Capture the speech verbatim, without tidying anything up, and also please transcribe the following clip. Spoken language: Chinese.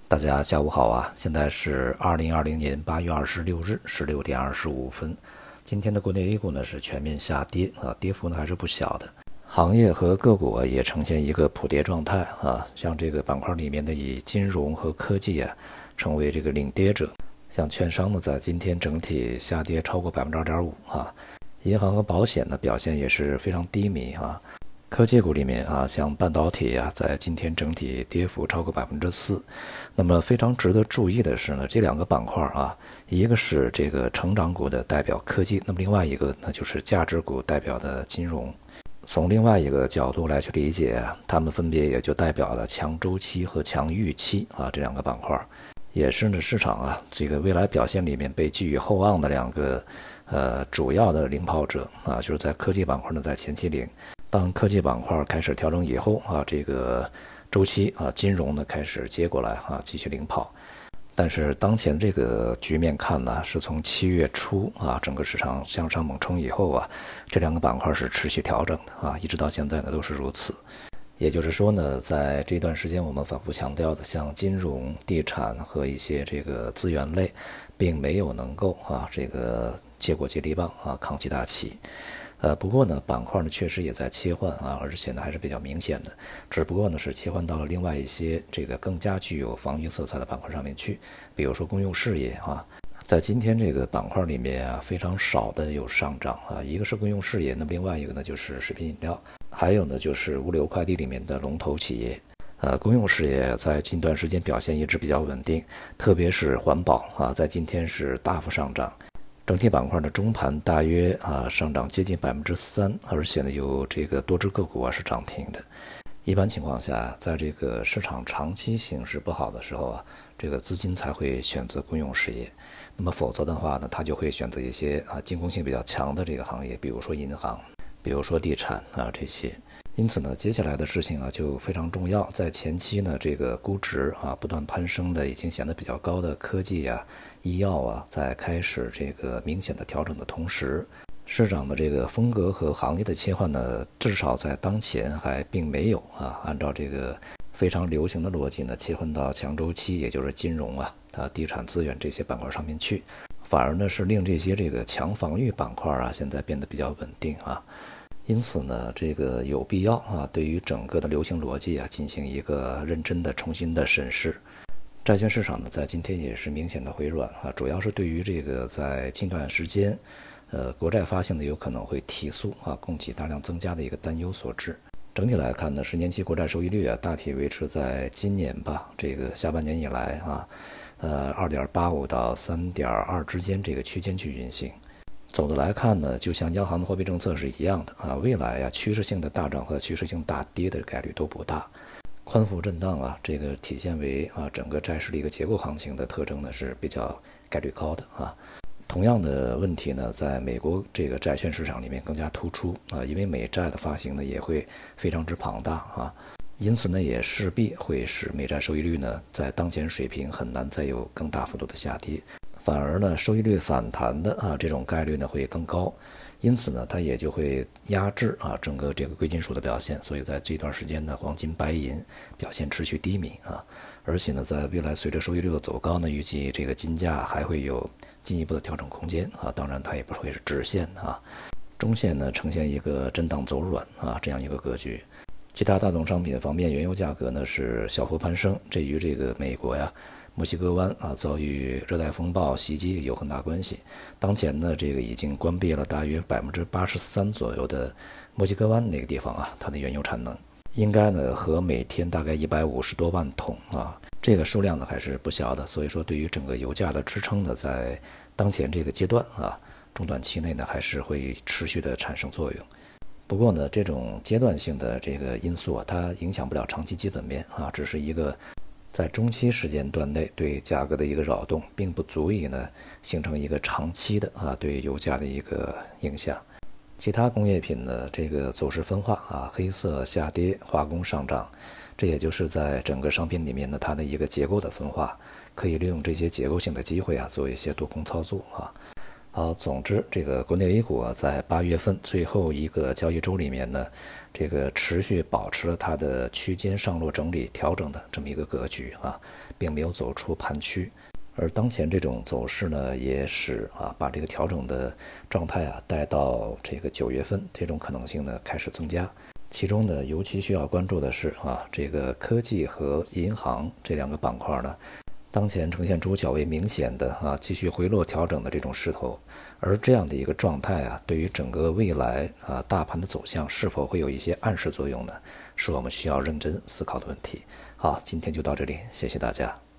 大家下午好啊！现在是二零二零年八月二十六日十六点二十五分。今天的国内 A 股呢是全面下跌啊，跌幅呢还是不小的。行业和个股啊也呈现一个普跌状态啊，像这个板块里面的以金融和科技啊成为这个领跌者，像券商呢在今天整体下跌超过百分之二点五啊，银行和保险呢表现也是非常低迷啊。科技股里面啊，像半导体啊，在今天整体跌幅超过百分之四。那么非常值得注意的是呢，这两个板块啊，一个是这个成长股的代表科技，那么另外一个呢就是价值股代表的金融。从另外一个角度来去理解，它们分别也就代表了强周期和强预期啊这两个板块，也是呢市场啊这个未来表现里面被寄予厚望的两个呃主要的领跑者啊，就是在科技板块呢在前期领。当科技板块开始调整以后啊，这个周期啊，金融呢开始接过来啊，继续领跑。但是当前这个局面看呢，是从七月初啊，整个市场向上猛冲以后啊，这两个板块是持续调整的啊，一直到现在呢都是如此。也就是说呢，在这段时间我们反复强调的，像金融、地产和一些这个资源类，并没有能够啊这个接过接力棒啊，扛起大旗。呃，不过呢，板块呢确实也在切换啊，而且呢还是比较明显的，只不过呢是切换到了另外一些这个更加具有防御色彩的板块上面去，比如说公用事业啊，在今天这个板块里面啊，非常少的有上涨啊，一个是公用事业，那么另外一个呢就是食品饮料，还有呢就是物流快递里面的龙头企业。呃，公用事业在近段时间表现一直比较稳定，特别是环保啊，在今天是大幅上涨。整体板块的中盘大约啊上涨接近百分之三，而且呢有这个多只个股啊是涨停的。一般情况下，在这个市场长期形势不好的时候啊，这个资金才会选择公用事业。那么否则的话呢，他就会选择一些啊进攻性比较强的这个行业，比如说银行，比如说地产啊这些。因此呢，接下来的事情啊就非常重要。在前期呢，这个估值啊不断攀升的，已经显得比较高的科技啊、医药啊，在开始这个明显的调整的同时，市场的这个风格和行业的切换呢，至少在当前还并没有啊按照这个非常流行的逻辑呢切换到强周期，也就是金融啊、啊地产资源这些板块上面去，反而呢是令这些这个强防御板块啊现在变得比较稳定啊。因此呢，这个有必要啊，对于整个的流行逻辑啊，进行一个认真的、重新的审视。债券市场呢，在今天也是明显的回软啊，主要是对于这个在近段时间，呃，国债发行的有可能会提速啊，供给大量增加的一个担忧所致。整体来看呢，十年期国债收益率啊，大体维持在今年吧，这个下半年以来啊，呃，二点八五到三点二之间这个区间去运行。走的来看呢，就像央行的货币政策是一样的啊，未来啊趋势性的大涨和趋势性大跌的概率都不大，宽幅震荡啊，这个体现为啊整个债市的一个结构行情的特征呢是比较概率高的啊。同样的问题呢，在美国这个债券市场里面更加突出啊，因为美债的发行呢也会非常之庞大啊，因此呢也势必会使美债收益率呢在当前水平很难再有更大幅度的下跌。反而呢，收益率反弹的啊这种概率呢会更高，因此呢，它也就会压制啊整个这个贵金属的表现。所以在这段时间呢，黄金、白银表现持续低迷啊，而且呢，在未来随着收益率的走高呢，预计这个金价还会有进一步的调整空间啊。当然，它也不会是直线啊，中线呢呈现一个震荡走软啊这样一个格局。其他大宗商品方面，原油价格呢是小幅攀升，这与这个美国呀。墨西哥湾啊遭遇热带风暴袭击有很大关系。当前呢，这个已经关闭了大约百分之八十三左右的墨西哥湾那个地方啊，它的原油产能应该呢和每天大概一百五十多万桶啊，这个数量呢还是不小的。所以说，对于整个油价的支撑呢，在当前这个阶段啊，中短期内呢还是会持续的产生作用。不过呢，这种阶段性的这个因素啊，它影响不了长期基本面啊，只是一个。在中期时间段内对价格的一个扰动，并不足以呢形成一个长期的啊对油价的一个影响。其他工业品呢这个走势分化啊，黑色下跌，化工上涨，这也就是在整个商品里面呢它的一个结构的分化，可以利用这些结构性的机会啊做一些多空操作啊。 好，总之，这个国内 A 股啊，在八月份最后一个交易周里面呢，这个持续保持了它的区间上落整理调整的这么一个格局啊，并没有走出盘区。而当前这种走势呢，也使啊把这个调整的状态啊带到这个九月份，这种可能性呢开始增加。其中呢，尤其需要关注的是啊，这个科技和银行这两个板块呢，当前呈现出较为明显的啊继续回落调整的这种势头，而这样的一个状态啊，对于整个未来啊大盘的走向是否会有一些暗示作用呢？是我们需要认真思考的问题。好，今天就到这里，谢谢大家。